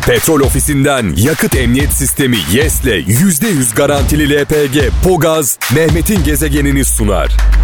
Petrol Ofisi'nden yakıt emniyet sistemi YES'le %100 garantili LPG Pogaz, Mehmet'in gezegenini sunar.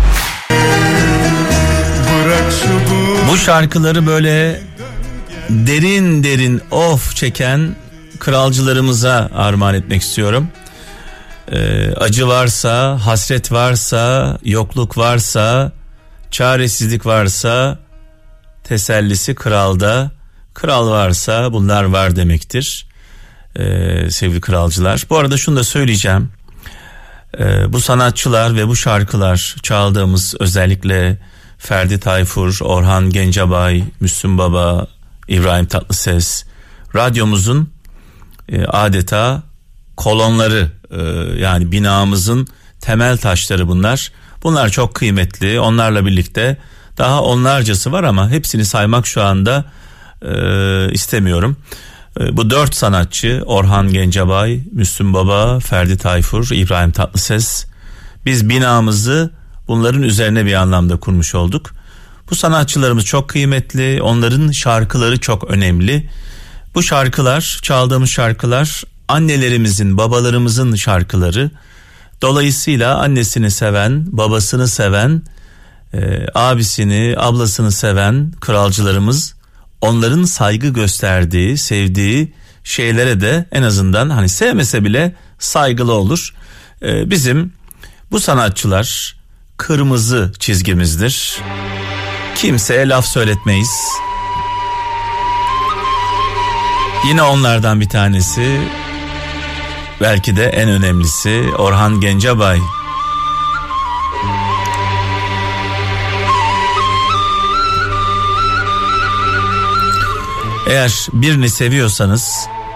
Bu şarkıları böyle derin derin çeken kralcılarımıza armağan etmek istiyorum. Acı varsa, hasret varsa, yokluk varsa, çaresizlik varsa tesellisi kralda. Kral varsa bunlar var demektir. Sevgili kralcılar. Bu arada şunu da söyleyeceğim. Bu sanatçılar ve bu şarkılar çaldığımız, özellikle Ferdi Tayfur, Orhan Gencebay, Müslüm Baba, İbrahim Tatlıses, radyomuzun adeta kolonları, yani binamızın temel taşları bunlar. Bunlar çok kıymetli. Onlarla birlikte daha onlarcası var ama hepsini saymak şu anda istemiyorum. Bu 4 sanatçı, Orhan Gencebay, Müslüm Baba, Ferdi Tayfur, İbrahim Tatlıses, biz binamızı bunların üzerine bir anlamda kurmuş olduk. Bu sanatçılarımız çok kıymetli, onların şarkıları çok önemli. Bu şarkılar, çaldığımız şarkılar annelerimizin, babalarımızın şarkıları. Dolayısıyla annesini seven, babasını seven, abisini, ablasını seven kralcılarımız, onların saygı gösterdiği, sevdiği şeylere de en azından hani sevmese bile saygılı olur. Bizim bu sanatçılar kırmızı çizgimizdir. Kimseye laf söyletmeyiz. Yine onlardan bir tanesi, belki de en önemlisi, Orhan Gencebay. Eğer birini seviyorsanız,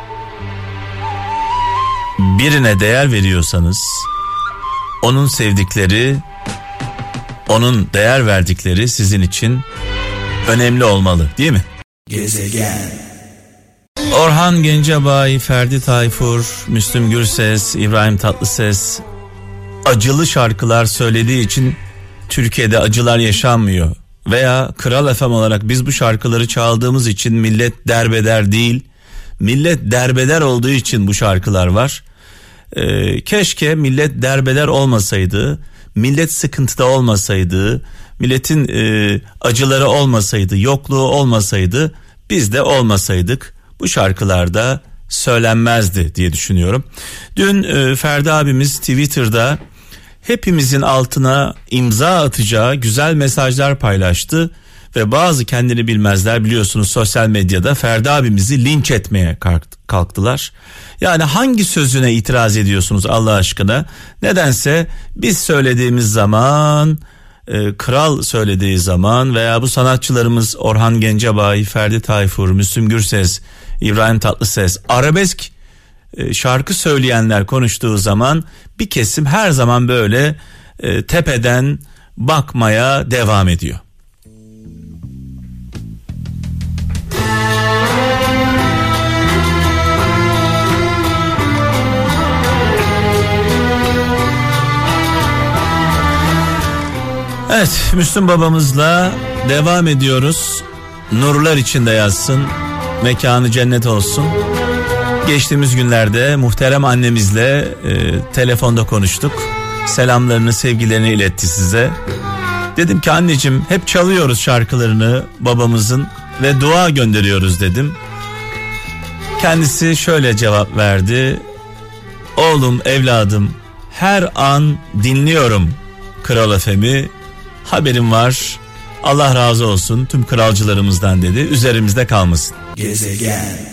birine değer veriyorsanız, onun sevdikleri, onun değer verdikleri sizin için önemli olmalı, değil mi? Gezegen. Orhan Gencebay, Ferdi Tayfur, Müslüm Gürses, İbrahim Tatlıses acılı şarkılar söylediği için Türkiye'de acılar yaşanmıyor. Veya Kral FM olarak biz bu şarkıları çaldığımız için millet derbeder değil, millet derbeder olduğu için bu şarkılar var. Keşke millet derbeder olmasaydı, millet sıkıntıda olmasaydı, milletin acıları olmasaydı, yokluğu olmasaydı, biz de olmasaydık, bu şarkılarda söylenmezdi diye düşünüyorum. Dün Ferdi abimiz Twitter'da hepimizin altına imza atacağı güzel mesajlar paylaştı ve bazı kendini bilmezler, biliyorsunuz, sosyal medyada Ferdi abimizi linç etmeye kalktılar. Yani hangi sözüne itiraz ediyorsunuz Allah aşkına? Nedense biz söylediğimiz zaman, kral söylediği zaman veya bu sanatçılarımız Orhan Gencebay, Ferdi Tayfur, Müslüm Gürses, İbrahim Tatlıses, arabesk şarkı söyleyenler konuştuğu zaman bir kesim her zaman böyle tepeden bakmaya devam ediyor. Evet, Müslüm babamızla devam ediyoruz. Nurlar içinde yatsın, mekanı cennet olsun. Geçtiğimiz günlerde muhterem annemizle telefonda konuştuk. Selamlarını, sevgilerini iletti size. Dedim ki anneciğim, hep çalıyoruz şarkılarını babamızın ve dua gönderiyoruz dedim. Kendisi şöyle cevap verdi. Oğlum, evladım, her an dinliyorum Kral FM'i. Haberim var. Allah razı olsun tüm kralcılarımızdan dedi. Üzerimizde kalmasın. Gezegen.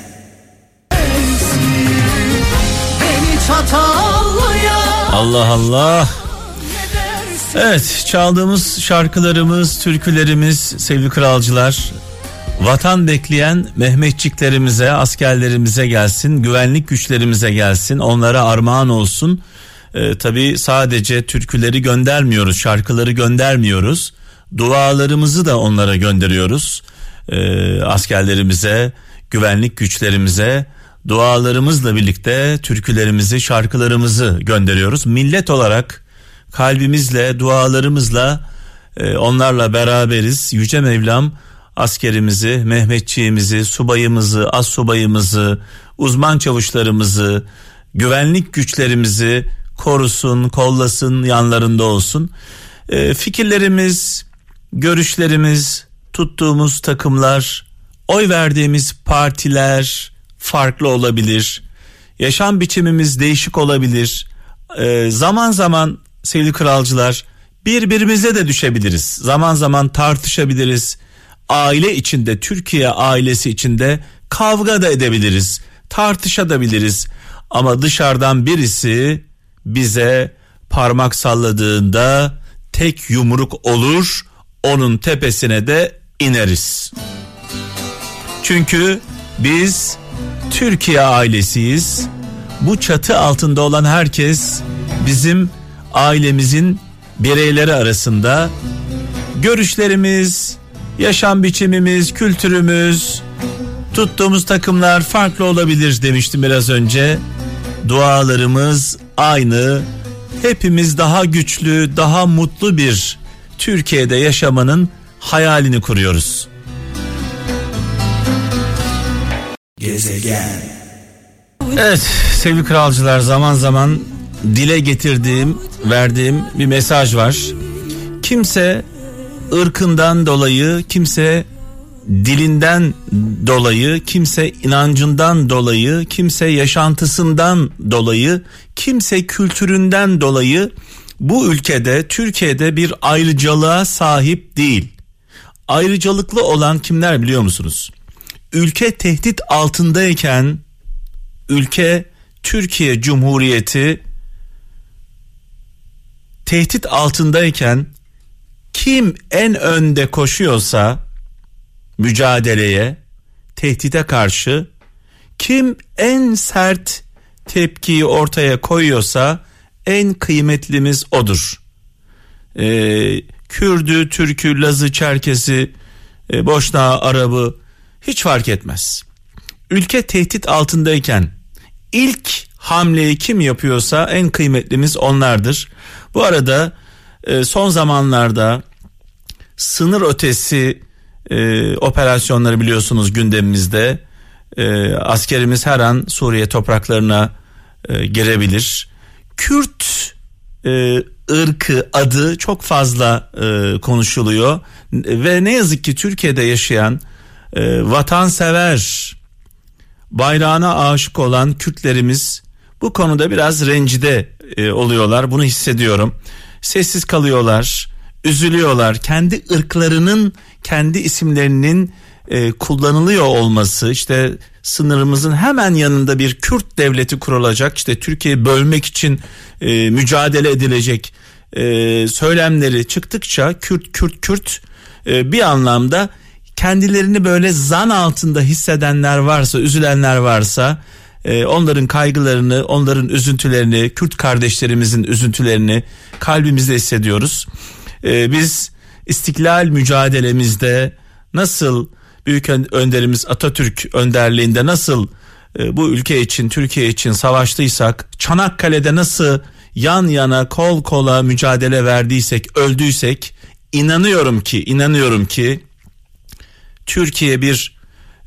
Allah Allah. Evet, çaldığımız şarkılarımız, türkülerimiz sevgili kralcılar, vatan bekleyen Mehmetçiklerimize, askerlerimize gelsin, güvenlik güçlerimize gelsin, onlara armağan olsun. Tabii sadece türküleri göndermiyoruz, şarkıları göndermiyoruz, dualarımızı da onlara gönderiyoruz. Askerlerimize, güvenlik güçlerimize dualarımızla birlikte türkülerimizi, şarkılarımızı gönderiyoruz. Millet olarak kalbimizle, dualarımızla onlarla beraberiz. Yüce Mevlam askerimizi, Mehmetçiğimizi, subayımızı, astsubayımızı, uzman çavuşlarımızı, güvenlik güçlerimizi korusun, kollasın, yanlarında olsun. Fikirlerimiz, görüşlerimiz, tuttuğumuz takımlar, oy verdiğimiz partiler farklı olabilir. Yaşam biçimimiz değişik olabilir. Zaman zaman sevgili kralcılar, birbirimize de düşebiliriz. Zaman zaman tartışabiliriz. Aile içinde, Türkiye ailesi içinde kavga da edebiliriz. Tartışabiliriz. Ama dışarıdan birisi bize parmak salladığında tek yumruk olur, onun tepesine de ineriz. Çünkü biz Türkiye ailesiyiz. Bu çatı altında olan herkes bizim ailemizin bireyleri arasında. Görüşlerimiz, yaşam biçimimiz, kültürümüz, tuttuğumuz takımlar farklı olabilir demiştim biraz önce. Dualarımız aynı. Hepimiz daha güçlü, daha mutlu bir Türkiye'de yaşamanın hayalini kuruyoruz. Gezegen. Evet sevgili kralcılar, zaman zaman dile getirdiğim, verdiğim bir mesaj var. Kimse ırkından dolayı, kimse dilinden dolayı, kimse inancından dolayı, kimse yaşantısından dolayı, kimse kültüründen dolayı bu ülkede, Türkiye'de bir ayrıcalığa sahip değil. Ayrıcalıklı olan kimler biliyor musunuz? Ülke tehdit altındayken, ülke Türkiye Cumhuriyeti tehdit altındayken kim en önde koşuyorsa mücadeleye, tehdide karşı, kim en sert tepkiyi ortaya koyuyorsa en kıymetlimiz odur. Kürdü, Türkü, Lazı, Çerkesi, Boşnağı, Arabı hiç fark etmez. Ülke tehdit altındayken ilk hamleyi kim yapıyorsa en kıymetlimiz onlardır. Bu arada son zamanlarda sınır ötesi operasyonları biliyorsunuz gündemimizde. Askerimiz her an Suriye topraklarına girebilir. Kürt ırkı adı çok fazla konuşuluyor ve ne yazık ki Türkiye'de yaşayan vatansever, bayrağına aşık olan Kürtlerimiz bu konuda biraz rencide oluyorlar. Bunu hissediyorum. Sessiz kalıyorlar, üzülüyorlar. Kendi ırklarının, kendi isimlerinin kullanılıyor olması, işte sınırımızın hemen yanında bir Kürt devleti kurulacak, işte Türkiye'yi bölmek için mücadele edilecek söylemleri çıktıkça Kürt bir anlamda kendilerini böyle zan altında hissedenler varsa, üzülenler varsa onların kaygılarını, onların üzüntülerini, Kürt kardeşlerimizin üzüntülerini kalbimizde hissediyoruz. Biz İstiklal mücadelemizde nasıl büyük önderimiz Atatürk önderliğinde nasıl bu ülke için, Türkiye için savaştıysak, Çanakkale'de nasıl yan yana, kol kola mücadele verdiysek, öldüysek, inanıyorum ki Türkiye bir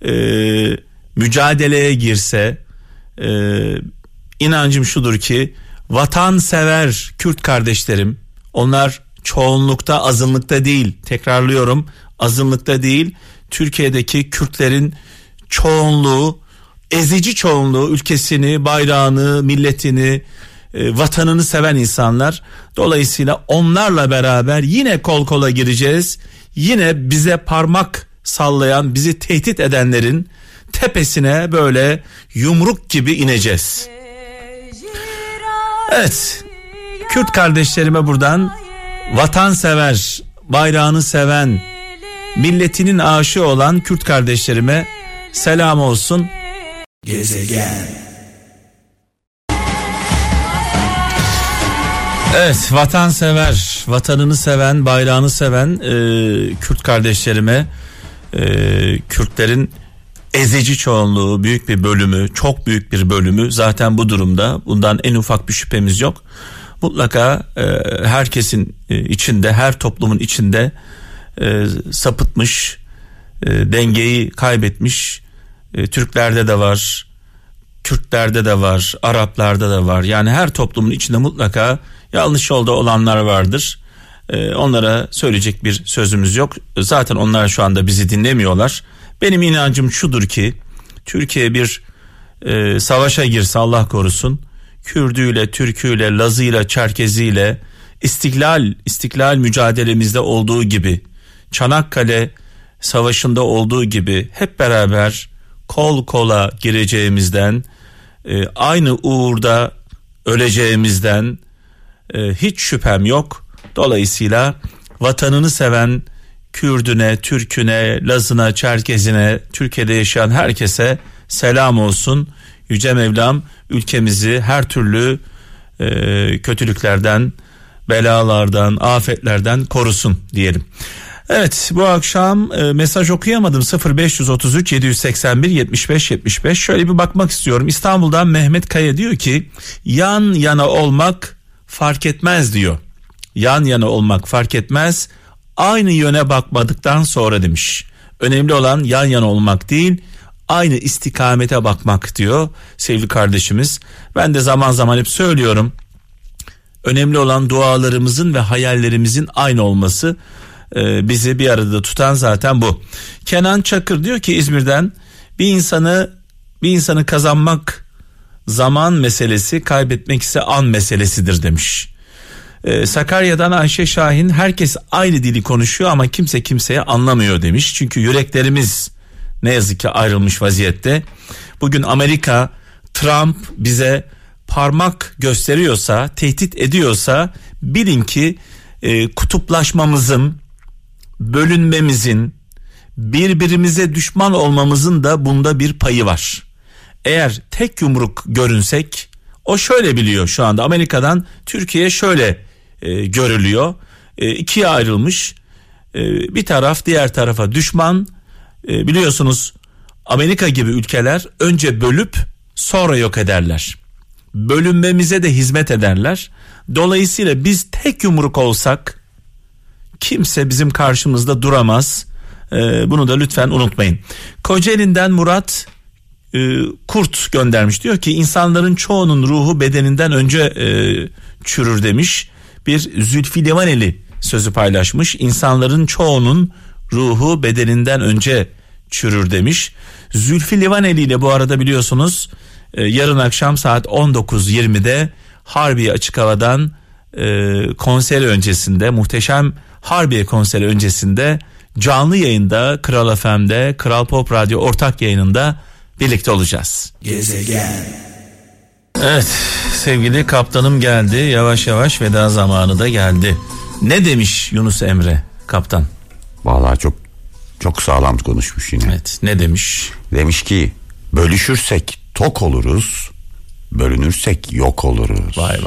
mücadeleye girse, inancım şudur ki vatansever Kürt kardeşlerim, onlar çoğunlukta, azınlıkta değil, tekrarlıyorum, azınlıkta değil, Türkiye'deki Kürtlerin çoğunluğu, ezici çoğunluğu ülkesini, bayrağını, milletini, vatanını seven insanlar. Dolayısıyla onlarla beraber yine kol kola gireceğiz. Yine bize parmak sallayan, bizi tehdit edenlerin tepesine böyle yumruk gibi ineceğiz. Evet, Kürt kardeşlerime buradan vatansever, bayrağını seven, milletinin aşığı olan Kürt kardeşlerime selam olsun. Gezegen. Evet, vatansever, vatanını seven, bayrağını seven Kürt kardeşlerime, Kürtlerin ezici çoğunluğu, büyük bir bölümü, çok büyük bir bölümü zaten bu durumda. Bundan en ufak bir şüphemiz yok. Mutlaka herkesin içinde, her toplumun içinde sapıtmış, dengeyi kaybetmiş. Türklerde de var, Kürtlerde de var, Araplarda da var. Yani her toplumun içinde mutlaka yanlış yolda olanlar vardır. Onlara söyleyecek bir sözümüz yok. Zaten onlar şu anda bizi dinlemiyorlar. Benim inancım şudur ki Türkiye bir savaşa girse Allah korusun, Kürdüyle, Türküyle, Lazıyla, Çerkeziyle istiklal mücadelemizde olduğu gibi, Çanakkale Savaşı'nda olduğu gibi hep beraber kol kola gireceğimizden, aynı uğurda öleceğimizden hiç şüphem yok. Dolayısıyla vatanını seven Kürdüne, Türküne, Lazına, Çerkezine, Türkiye'de yaşayan herkese selam olsun. Yüce Mevlam ülkemizi her türlü kötülüklerden, belalardan, afetlerden korusun diyelim. Evet, bu akşam mesaj okuyamadım. 0533 781 75 75. Şöyle bir bakmak istiyorum. İstanbul'dan Mehmet Kaya diyor ki yan yana olmak fark etmez diyor. Yan yana olmak fark etmez. Aynı yöne bakmadıktan sonra demiş. Önemli olan yan yana olmak değil, aynı istikamete bakmak diyor sevgili kardeşimiz. Ben de zaman zaman hep söylüyorum. Önemli olan dualarımızın ve hayallerimizin aynı olması. Bizi bir arada tutan zaten bu. Kenan Çakır diyor ki İzmir'den bir insanı kazanmak zaman meselesi, kaybetmek ise an meselesidir demiş. Sakarya'dan Ayşe Şahin herkes aynı dili konuşuyor ama kimse kimseye anlamıyor demiş. Çünkü yüreklerimiz ne yazık ki ayrılmış vaziyette. Bugün Amerika, Trump bize parmak gösteriyorsa, tehdit ediyorsa bilin ki kutuplaşmamızın, bölünmemizin, birbirimize düşman olmamızın da bunda bir payı var. Eğer tek yumruk görünsek, o şöyle biliyor şu anda Amerika'dan Türkiye şöyle görülüyor. İkiye ayrılmış, bir taraf diğer tarafa düşman. Biliyorsunuz Amerika gibi ülkeler önce bölüp sonra yok ederler. Bölünmemize de hizmet ederler. Dolayısıyla biz tek yumruk olsak kimse bizim karşımızda duramaz. Bunu da lütfen unutmayın. Kocaeli'nden Murat Kurt göndermiş. Diyor ki insanların çoğunun ruhu bedeninden önce çürür demiş. Bir Zülfü Livaneli sözü paylaşmış. İnsanların çoğunun ruhu bedeninden önce çürür demiş. Zülfü Livaneli ile bu arada biliyorsunuz yarın akşam saat 19.20'de Harbiye Açık Hava'dan konseri öncesinde, muhteşem Harbiye konseri öncesinde canlı yayında Kral FM'de, Kral Pop Radyo ortak yayınında birlikte olacağız. Gezegen. Evet, sevgili kaptanım geldi. Yavaş yavaş veda zamanı da geldi. Ne demiş Yunus Emre kaptan? Vallahi çok sağlam konuşmuş yine. Evet, ne demiş? Demiş ki bölüşürsek tok oluruz, bölünürsek yok oluruz. Vay.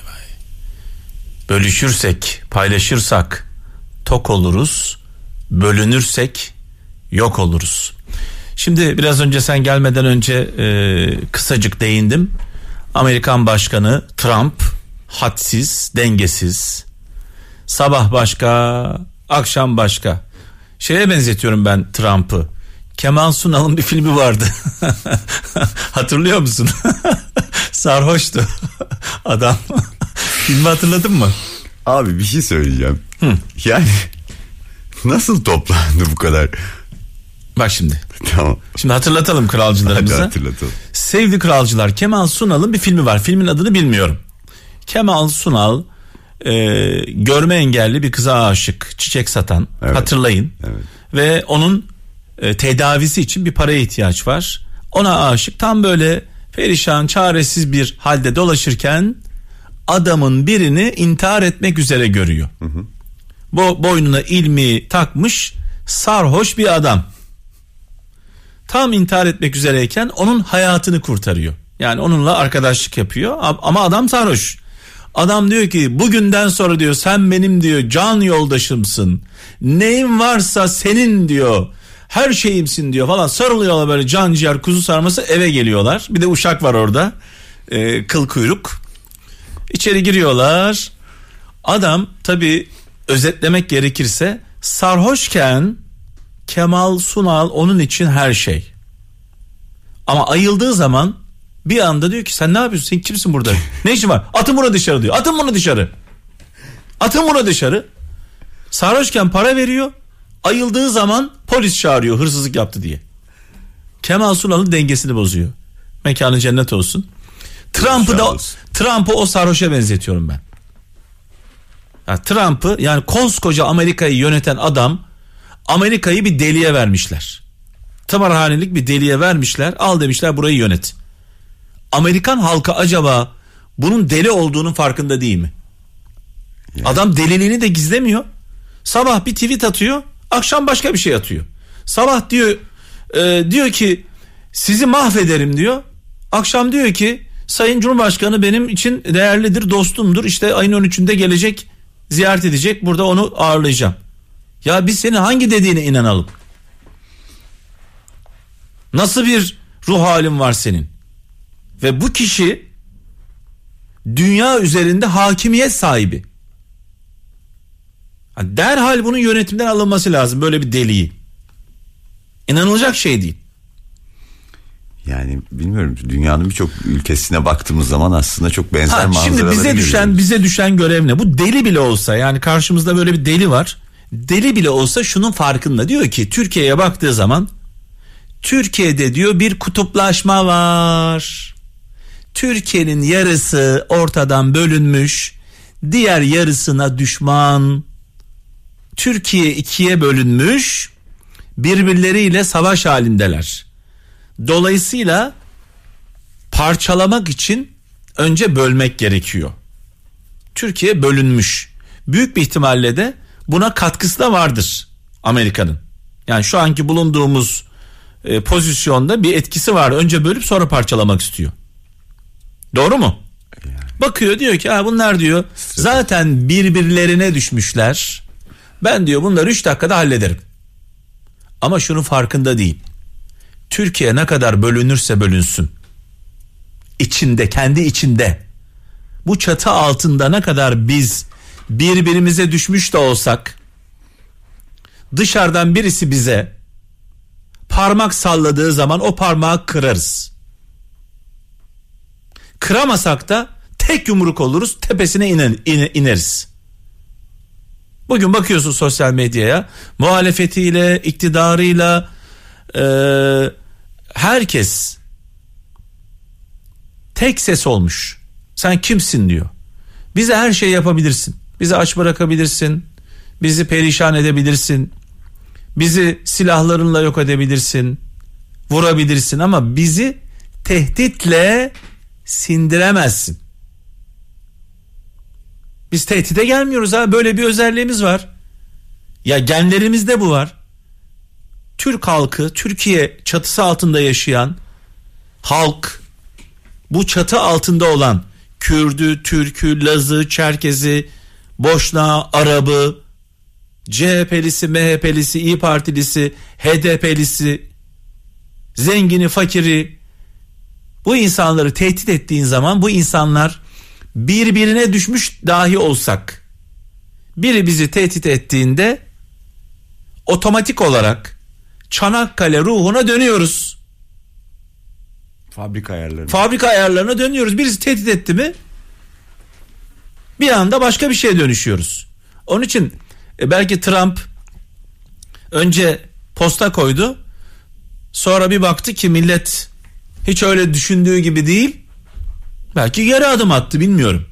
Bölüşürsek, paylaşırsak tok oluruz, bölünürsek yok oluruz. Şimdi biraz önce sen gelmeden önce kısacık değindim. Amerikan Başkanı Trump hadsiz, dengesiz. Sabah başka, akşam başka. Şeye benzetiyorum ben Trump'ı. Kemal Sunal'ın bir filmi vardı. Hatırlıyor musun? Sarhoştu adam. Filmi hatırladın mı? Abi bir şey söyleyeceğim. Yani nasıl toplandı bu kadar? Bak şimdi. Tamam. Şimdi hatırlatalım kralcılarımıza. Hadi hatırlatalım. Sevgili kralcılar, Kemal Sunal'ın bir filmi var. Filmin adını bilmiyorum. Kemal Sunal görme engelli bir kıza aşık, çiçek satan. Evet. Hatırlayın. Evet. Ve onun tedavisi için bir paraya ihtiyaç var. Ona aşık, tam böyle perişan, çaresiz bir halde dolaşırken adamın birini intihar etmek üzere görüyor. Boynuna ilmi takmış sarhoş bir adam. Tam intihar etmek üzereyken onun hayatını kurtarıyor. Yani onunla arkadaşlık yapıyor ama adam sarhoş. Adam diyor ki bugünden sonra diyor sen benim diyor can yoldaşımsın. Neyim varsa senin diyor. Her şeyimsin diyor falan, sarılıyorlar böyle can ciğer kuzu sarması, eve geliyorlar. Bir de uşak var orada, kıl kuyruk. İçeri giriyorlar. Adam tabii özetlemek gerekirse sarhoşken Kemal Sunal onun için her şey. Ama ayıldığı zaman bir anda diyor ki sen ne yapıyorsun? Sen kimsin burada? Ne işin var? Atın bunu dışarı diyor. Atın bunu dışarı. Atın bunu dışarı. Sarhoşken para veriyor. Ayıldığı zaman polis çağırıyor hırsızlık yaptı diye. Kemal Sunal'ın dengesini bozuyor. Mekanı cennet olsun. Trump'ı o sarhoşa benzetiyorum ben. Yani Trump'ı, yani koskoca Amerika'yı yöneten adam, Amerika'yı bir deliye vermişler. Tımarhanelik bir deliye vermişler. Al demişler, burayı yönet. Amerikan halkı acaba bunun deli olduğunun farkında değil mi? Yani. Adam deliliğini de gizlemiyor. Sabah bir tweet atıyor, akşam başka bir şey atıyor. Sabah diyor ki sizi mahvederim diyor. Akşam diyor ki Sayın Cumhurbaşkanı benim için değerlidir, dostumdur. İşte ayın 13'ünde gelecek, ziyaret edecek. Burada onu ağırlayacağım. Ya biz senin hangi dediğine inanalım? Nasıl bir ruh halin var senin? Ve bu kişi dünya üzerinde hakimiyet sahibi. Derhal bunun yönetimden alınması lazım, böyle bir deliği. İnanılacak şey değil. Yani bilmiyorum, dünyanın birçok ülkesine baktığımız zaman aslında çok benzer manzaraları görüyoruz. Şimdi bize düşen görev ne? Bu deli bile olsa, yani karşımızda böyle bir deli var. Deli bile olsa şunun farkında, diyor ki Türkiye'ye baktığı zaman Türkiye'de diyor bir kutuplaşma var. Türkiye'nin yarısı ortadan bölünmüş, diğer yarısına düşman. Türkiye ikiye bölünmüş, birbirleriyle savaş halindeler. Dolayısıyla parçalamak için önce bölmek gerekiyor. Türkiye bölünmüş. Büyük bir ihtimalle de buna katkısı da vardır Amerika'nın. Yani şu anki bulunduğumuz pozisyonda bir etkisi var. Önce bölüp sonra parçalamak istiyor. Doğru mu? Bakıyor, diyor ki bunlar diyor zaten birbirlerine düşmüşler. Ben diyor bunları 3 dakikada hallederim. Ama şunun farkında değil. Türkiye ne kadar bölünürse bölünsün, içinde, kendi içinde, bu çatı altında ne kadar biz birbirimize düşmüş de olsak, dışarıdan birisi bize parmak salladığı zaman o parmağı kırarız. Kıramasak da tek yumruk oluruz, tepesine ineriz. Bugün bakıyorsun sosyal medyaya, muhalefetiyle, iktidarıyla, herkes tek ses olmuş. Sen kimsin diyor. Bize her şey yapabilirsin. Bizi aç bırakabilirsin. Bizi perişan edebilirsin. Bizi silahlarınla yok edebilirsin. Vurabilirsin ama bizi tehditle sindiremezsin. Biz tehdide gelmiyoruz ha. Böyle bir özelliğimiz var. Ya genlerimizde bu var. Türk halkı, Türkiye çatısı altında yaşayan halk, bu çatı altında olan Kürdü, Türkü, Lazı, Çerkezi, Boşnağı, Arabı, CHP'lisi, MHP'lisi, İYİ Partilisi, HDP'lisi, zengini, fakiri, bu insanları tehdit ettiğin zaman bu insanlar birbirine düşmüş dahi olsak, biri bizi tehdit ettiğinde otomatik olarak Çanakkale ruhuna dönüyoruz. Fabrika ayarlarına dönüyoruz. Birisi tehdit etti mi bir anda başka bir şeye dönüşüyoruz. Onun için belki Trump önce posta koydu, sonra bir baktı ki millet hiç öyle düşündüğü gibi değil, belki geri adım attı, bilmiyorum.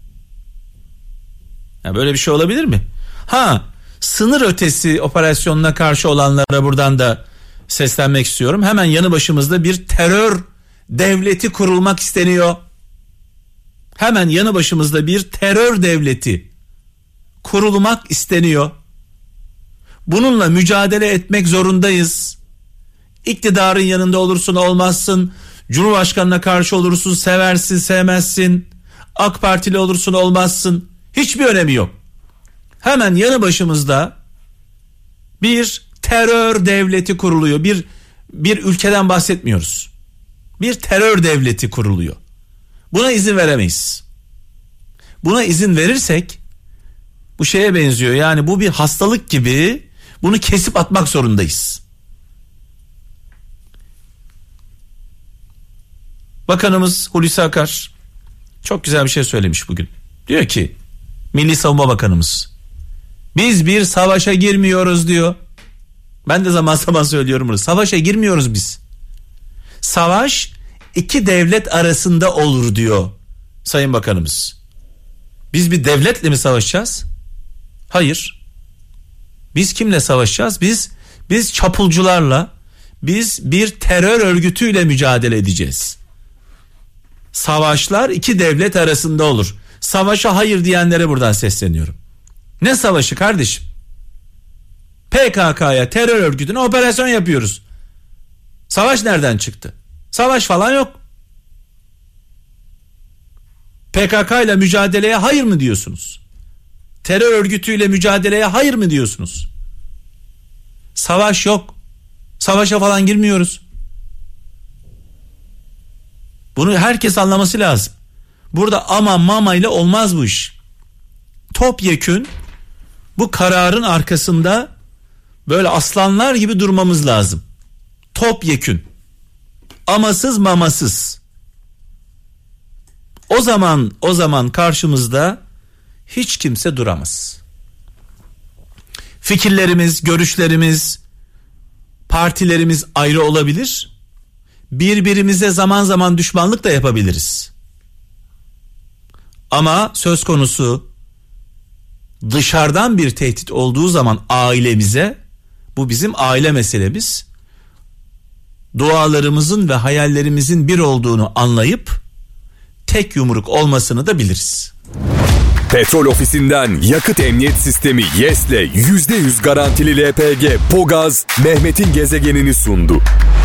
Ya böyle bir şey olabilir mi? Sınır ötesi operasyonuna karşı olanlara buradan da seslenmek istiyorum. Hemen yanı başımızda bir terör devleti kurulmak isteniyor. Hemen yanı başımızda bir terör devleti kurulmak isteniyor. Bununla mücadele etmek zorundayız. İktidarın yanında olursun olmazsın, Cumhurbaşkanına karşı olursun, seversin sevmezsin, AK Partili olursun olmazsın, hiçbir önemi yok. Hemen yanı başımızda bir terör devleti kuruluyor. Bir ülkeden bahsetmiyoruz. Bir terör devleti kuruluyor. Buna izin veremeyiz. Buna izin verirsek bu şeye benziyor. Yani bu bir hastalık gibi, Bunu kesip atmak zorundayız. Bakanımız Hulusi Akar çok güzel bir şey söylemiş bugün. Diyor ki Milli Savunma Bakanımız, biz bir savaşa girmiyoruz diyor. Ben de zaman zaman söylüyorum bunu. Savaşa girmiyoruz biz. Savaş iki devlet arasında olur diyor Sayın Bakanımız. Biz bir devletle mi savaşacağız? Hayır. Biz kimle savaşacağız? Biz çapulcularla, biz bir terör örgütüyle mücadele edeceğiz. Savaşlar iki devlet arasında olur. Savaşa hayır diyenlere buradan sesleniyorum. Ne savaşı kardeşim? PKK'ya, terör örgütüne operasyon yapıyoruz. Savaş nereden çıktı? Savaş falan yok. PKK ile mücadeleye hayır mı diyorsunuz? Terör örgütüyle mücadeleye hayır mı diyorsunuz? Savaş yok. Savaşa falan girmiyoruz. Bunu herkes anlaması lazım. Burada ama mama ile olmaz bu iş. Topyekün bu kararın arkasında böyle aslanlar gibi durmamız lazım. Topyekün. Amasız mamasız. O zaman karşımızda hiç kimse duramaz. Fikirlerimiz, görüşlerimiz, partilerimiz ayrı olabilir. Birbirimize zaman zaman düşmanlık da yapabiliriz. Ama söz konusu dışarıdan bir tehdit olduğu zaman ailemize, bu bizim aile meselemiz, dualarımızın ve hayallerimizin bir olduğunu anlayıp tek yumruk olmasını da biliriz. Petrol Ofisi'nden yakıt emniyet sistemi YES'le %100 garantili LPG Pogaz Mehmet'in gezegenini sundu.